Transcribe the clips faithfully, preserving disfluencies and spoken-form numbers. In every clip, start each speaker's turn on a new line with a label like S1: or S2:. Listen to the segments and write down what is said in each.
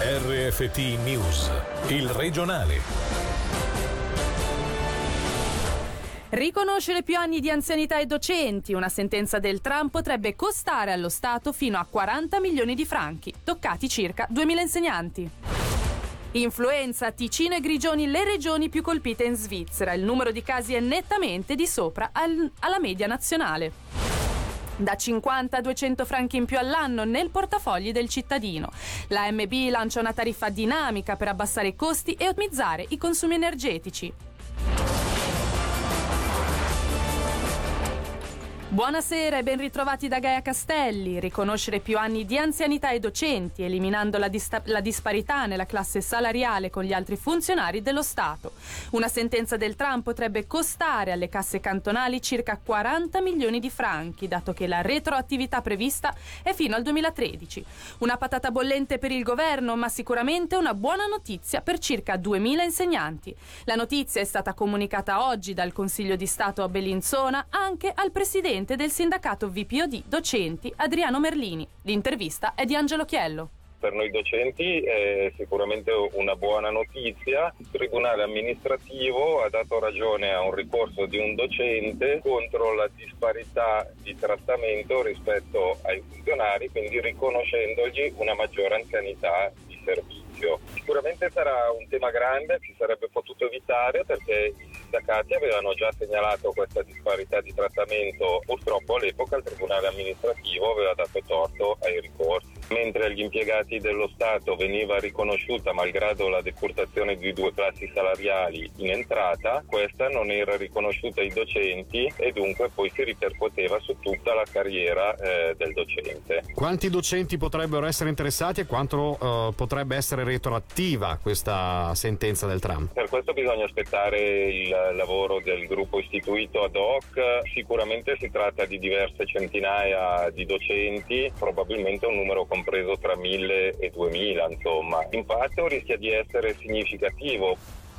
S1: R F T News, il regionale.
S2: Riconoscere più anni di anzianità ai docenti. Una sentenza del Trump potrebbe costare allo Stato fino a quaranta milioni di franchi, toccati circa duemila insegnanti. Influenza, Ticino e Grigioni, le regioni più colpite in Svizzera. Il numero di casi è nettamente di sopra al, alla media nazionale. Da cinquanta a duecento franchi in più all'anno nel portafogli del cittadino. La M B lancia una tariffa dinamica per abbassare i costi e ottimizzare i consumi energetici. Buonasera e ben ritrovati da Gaia Castelli. Riconoscere più anni di anzianità ai docenti, eliminando la, dista- la disparità nella classe salariale con gli altri funzionari dello Stato. Una sentenza del Trump potrebbe costare alle casse cantonali circa quaranta milioni di franchi, dato che la retroattività prevista è fino al duemilatredici. Una patata bollente per il governo, ma sicuramente una buona notizia per circa duemila insegnanti. La notizia è stata comunicata oggi dal Consiglio di Stato a Bellinzona anche al presidente del sindacato V P O D docenti Adriano Merlini. L'intervista è di Angelo Chiello.
S3: Per noi docenti è sicuramente una buona notizia. Il Tribunale amministrativo ha dato ragione a un ricorso di un docente contro la disparità di trattamento rispetto ai funzionari, quindi riconoscendogli una maggiore anzianità di servizio. Sicuramente sarà un tema grande, si sarebbe potuto evitare perché i sindacati avevano già segnalato questa disparità di trattamento. Purtroppo all'epoca il Tribunale amministrativo aveva dato torto ai ricorsi. Mentre agli impiegati dello Stato veniva riconosciuta, malgrado la decurtazione di due classi salariali in entrata, questa non era riconosciuta ai docenti e dunque poi si ripercuoteva su tutta la carriera eh, del docente.
S4: Quanti docenti potrebbero essere interessati e quanto uh, potrebbe essere retroattiva questa sentenza del Trump?
S3: Per questo bisogna aspettare il lavoro del gruppo istituito ad hoc. Sicuramente si tratta di diverse centinaia di docenti, probabilmente un numero compreso tra mille e duemila, insomma. L'impatto rischia di essere significativo.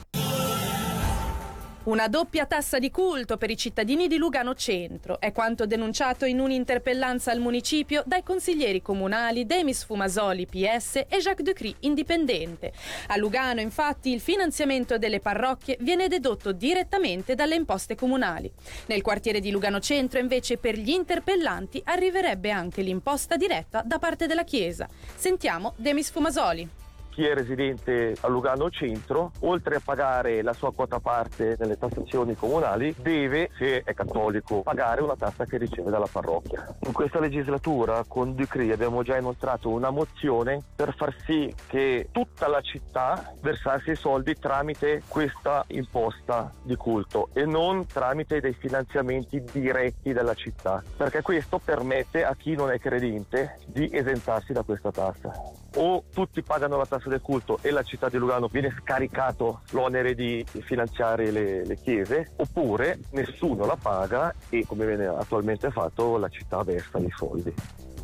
S2: Una doppia tassa di culto per i cittadini di Lugano Centro è quanto denunciato in un'interpellanza al municipio dai consiglieri comunali Demis Fumasoli P S e Jacques Decry Indipendente. A Lugano, infatti, il finanziamento delle parrocchie viene dedotto direttamente dalle imposte comunali. Nel quartiere di Lugano Centro, invece, per gli interpellanti arriverebbe anche l'imposta diretta da parte della Chiesa. Sentiamo Demis Fumasoli.
S5: Chi è residente a Lugano Centro, oltre a pagare la sua quota parte nelle tassazioni comunali, deve, se è cattolico, pagare una tassa che riceve dalla parrocchia. In questa legislatura con Decry abbiamo già inoltrato una mozione per far sì che tutta la città versasse i soldi tramite questa imposta di culto e non tramite dei finanziamenti diretti dalla città, perché questo permette a chi non è credente di esentarsi da questa tassa. O tutti pagano la tassa del culto e la città di Lugano viene scaricato l'onere di finanziare le, le chiese, oppure nessuno la paga e, come viene attualmente fatto, la città versa i soldi.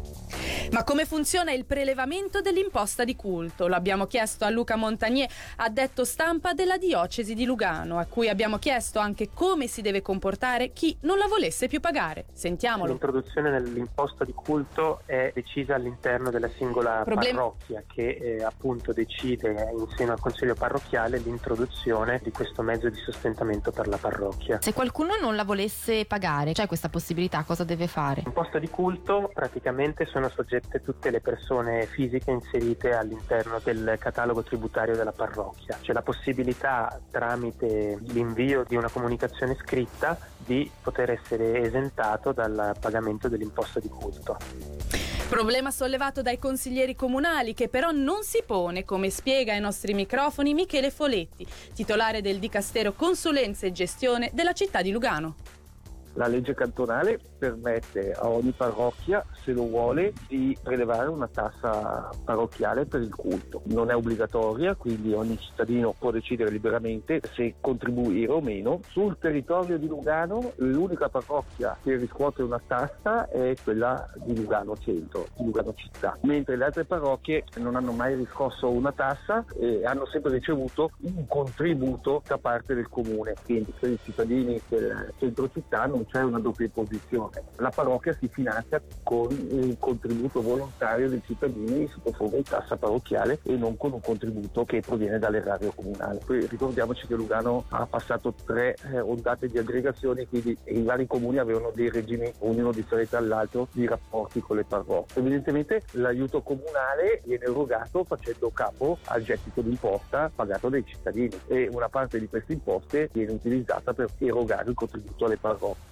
S2: Ma come funziona il prelevamento dell'imposta di culto? Lo abbiamo chiesto a Luca Montagnier, addetto stampa della diocesi di Lugano, a cui abbiamo chiesto anche come si deve comportare chi non la volesse più pagare. Sentiamolo.
S6: L'introduzione dell'imposta di culto è decisa all'interno della singola Problem- parrocchia che eh, appunto decide in seno al consiglio parrocchiale l'introduzione di questo mezzo di sostentamento per la parrocchia.
S7: Se qualcuno non la volesse pagare, c'è questa possibilità, cosa deve fare?
S6: L'imposta di culto praticamente sono soggette tutte le persone fisiche inserite all'interno del catalogo tributario della parrocchia. C'è la possibilità, tramite l'invio di una comunicazione scritta, di poter essere esentato dal pagamento dell'imposta di culto.
S2: Problema sollevato dai consiglieri comunali che però non si pone, come spiega ai nostri microfoni Michele Foletti, titolare del Dicastero Consulenza e Gestione della città di Lugano.
S5: La legge cantonale permette a ogni parrocchia, se lo vuole, di prelevare una tassa parrocchiale per il culto. Non è obbligatoria, quindi ogni cittadino può decidere liberamente se contribuire o meno. Sul territorio di Lugano l'unica parrocchia che riscuote una tassa è quella di Lugano Centro, di Lugano Città, mentre le altre parrocchie non hanno mai riscosso una tassa e hanno sempre ricevuto un contributo da parte del comune. Quindi per i cittadini del centro città non c'è una doppia imposizione. parrocchia. La parrocchia si finanzia con un contributo volontario dei cittadini sotto forma di tassa parrocchiale e non con un contributo che proviene dall'erario comunale. Poi ricordiamoci che Lugano ha passato tre eh, ondate di aggregazioni, quindi i vari comuni avevano dei regimi, ognuno differente dall'altro, di rapporti con le parrocchie. Evidentemente l'aiuto comunale viene erogato facendo capo al gettito d'imposta pagato dai cittadini e una parte di queste imposte viene utilizzata per erogare il contributo alle parrocchie.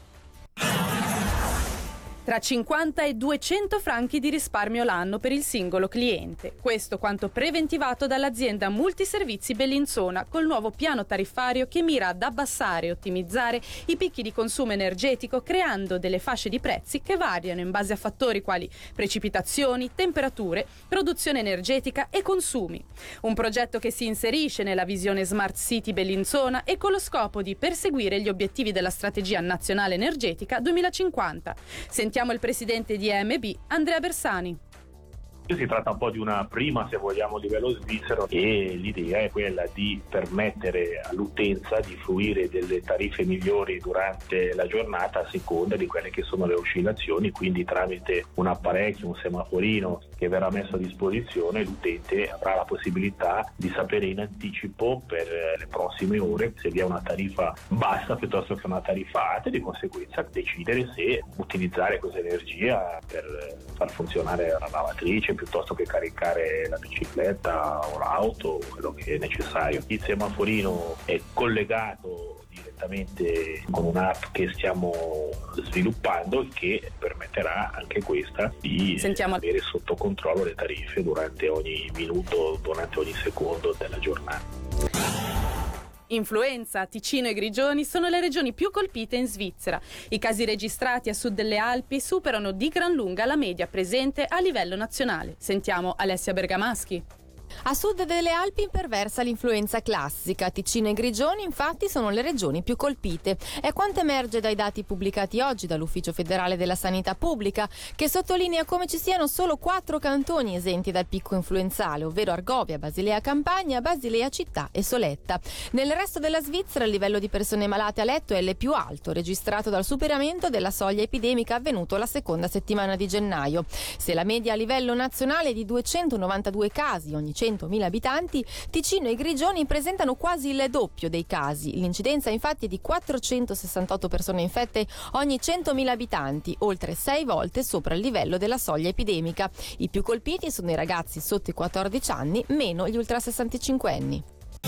S2: Tra cinquanta e duecento franchi di risparmio l'anno per il singolo cliente. Questo quanto preventivato dall'azienda Multiservizi Bellinzona col nuovo piano tariffario che mira ad abbassare e ottimizzare i picchi di consumo energetico creando delle fasce di prezzi che variano in base a fattori quali precipitazioni, temperature, produzione energetica e consumi. Un progetto che si inserisce nella visione Smart City Bellinzona e con lo scopo di perseguire gli obiettivi della strategia nazionale energetica duemilacinquanta. Sentiamo il presidente di E M B, Andrea Bersani.
S8: Si tratta un po' di una prima, se vogliamo, a livello svizzero e l'idea è quella di permettere all'utenza di fruire delle tariffe migliori durante la giornata a seconda di quelle che sono le oscillazioni, quindi tramite un apparecchio, un semaforino che verrà messo a disposizione l'utente avrà la possibilità di sapere in anticipo per le prossime ore se vi è una tariffa bassa piuttosto che una tariffa alta e di conseguenza decidere se utilizzare questa energia per far funzionare la lavatrice piuttosto che caricare la bicicletta o l'auto o quello che è necessario. Il semaforino è collegato direttamente con un'app che stiamo sviluppando e che permetterà anche questa di
S2: Sentiamo.
S8: avere sotto controllo le tariffe durante ogni minuto, durante ogni secondo della giornata.
S2: Influenza, Ticino e Grigioni sono le regioni più colpite in Svizzera. I casi registrati a sud delle Alpi superano di gran lunga la media presente a livello nazionale. Sentiamo Alessia Bergamaschi.
S7: A sud delle Alpi imperversa l'influenza classica. Ticino e Grigioni infatti sono le regioni più colpite. È quanto emerge dai dati pubblicati oggi dall'Ufficio federale della sanità pubblica, che sottolinea come ci siano solo quattro cantoni esenti dal picco influenzale, ovvero Argovia, Basilea Campania, Basilea Città e Soletta. Nel resto della Svizzera il livello di persone malate a letto è il più alto, registrato dal superamento della soglia epidemica avvenuto la seconda settimana di gennaio. Se la media a livello nazionale è di duecentonovantadue casi ogni centomila abitanti, Ticino e Grigioni presentano quasi il doppio dei casi. L'incidenza infatti è di quattrocentosessantotto persone infette ogni centomila abitanti, oltre sei volte sopra il livello della soglia epidemica. I più colpiti sono i ragazzi sotto i quattordici anni, meno gli ultra sessantacinquenni.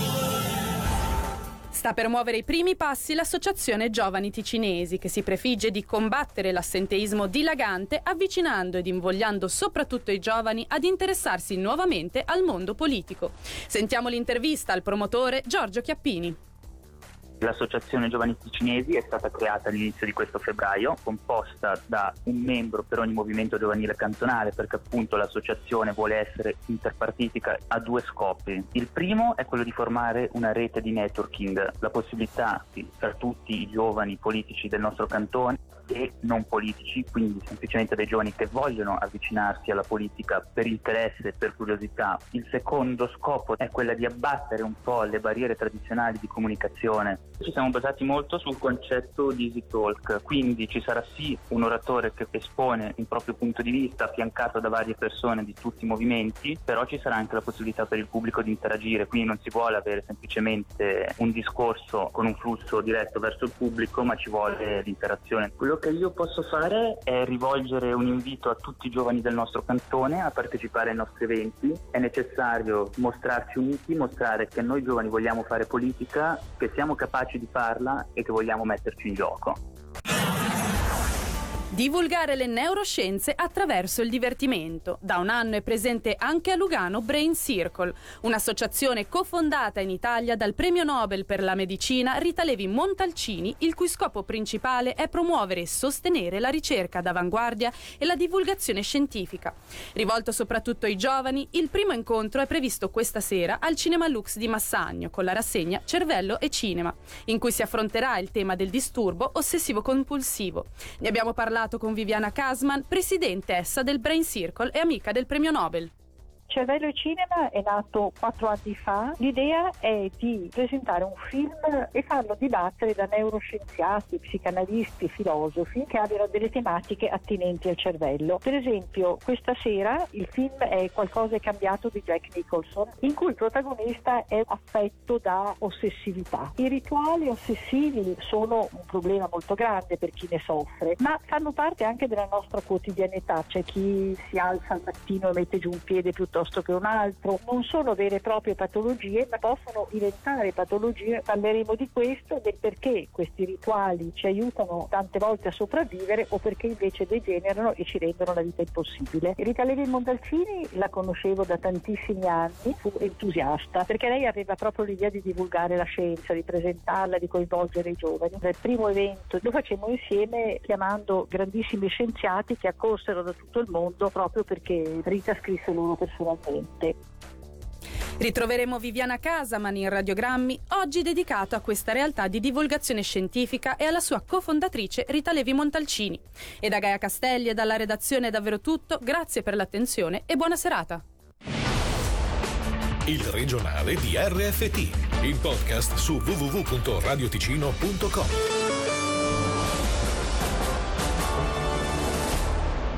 S2: Sta per muovere i primi passi l'associazione Giovani Ticinesi, che si prefigge di combattere l'assenteismo dilagante, avvicinando ed invogliando soprattutto i giovani ad interessarsi nuovamente al mondo politico. Sentiamo l'intervista al promotore Giorgio Chiappini.
S9: L'associazione Giovani Ticinesi è stata creata all'inizio di questo febbraio, composta da un membro per ogni movimento giovanile cantonale, perché appunto l'associazione vuole essere interpartitica a due scopi. Il primo è quello di formare una rete di networking, la possibilità di, per tutti i giovani politici del nostro cantone e non politici, quindi semplicemente dei giovani che vogliono avvicinarsi alla politica per interesse e per curiosità. Il secondo scopo è quella di abbattere un po' le barriere tradizionali di comunicazione. Ci siamo basati molto sul concetto di Easy Talk, quindi ci sarà sì un oratore che espone un proprio punto di vista affiancato da varie persone di tutti i movimenti, però ci sarà anche la possibilità per il pubblico di interagire, quindi non si vuole avere semplicemente un discorso con un flusso diretto verso il pubblico, ma ci vuole l'interazione. Quello che io posso fare è rivolgere un invito a tutti i giovani del nostro cantone a partecipare ai nostri eventi. È necessario mostrarci uniti, mostrare che noi giovani vogliamo fare politica, che siamo capaci di farla e che vogliamo metterci in gioco.
S2: Divulgare le neuroscienze attraverso il divertimento. Da un anno è presente anche a Lugano Brain Circle, un'associazione cofondata in Italia dal premio Nobel per la medicina Rita Levi Montalcini, il cui scopo principale è promuovere e sostenere la ricerca d'avanguardia e la divulgazione scientifica. Rivolto soprattutto ai giovani, il primo incontro è previsto questa sera al Cinema Lux di Massagno con la rassegna Cervello e Cinema, in cui si affronterà il tema del disturbo ossessivo-compulsivo. Ne abbiamo parlato con Viviana Casman, presidentessa del Brain Circle e amica del premio Nobel.
S10: Cervello e Cinema è nato quattro anni fa. L'idea è di presentare un film e farlo dibattere da neuroscienziati, psicanalisti, filosofi che abbiano delle tematiche attinenti al cervello. Per esempio, questa sera il film è Qualcosa è cambiato di Jack Nicholson, in cui il protagonista è affetto da ossessività. I rituali ossessivi sono un problema molto grande per chi ne soffre, ma fanno parte anche della nostra quotidianità. C'è chi si alza al mattino e mette giù un piede piuttosto che un altro. Non sono vere e proprie patologie, ma possono diventare patologie. Parleremo di questo e del perché questi rituali ci aiutano tante volte a sopravvivere o perché invece degenerano e ci rendono la vita impossibile. Rita Levi-Montalcini la conoscevo da tantissimi anni, fu entusiasta perché lei aveva proprio l'idea di divulgare la scienza, di presentarla, di coinvolgere i giovani. Il primo evento lo facemmo insieme chiamando grandissimi scienziati che accorsero da tutto il mondo proprio perché Rita scrisse loro personalmente.
S2: Ritroveremo Viviana Casaman in Radiogrammi, oggi dedicato a questa realtà di divulgazione scientifica e alla sua cofondatrice Rita Levi-Montalcini. E da Gaia Castelli e dalla redazione è davvero tutto, grazie per l'attenzione e buona serata.
S1: Il regionale di R F T, il podcast su w w w punto radioticino punto com.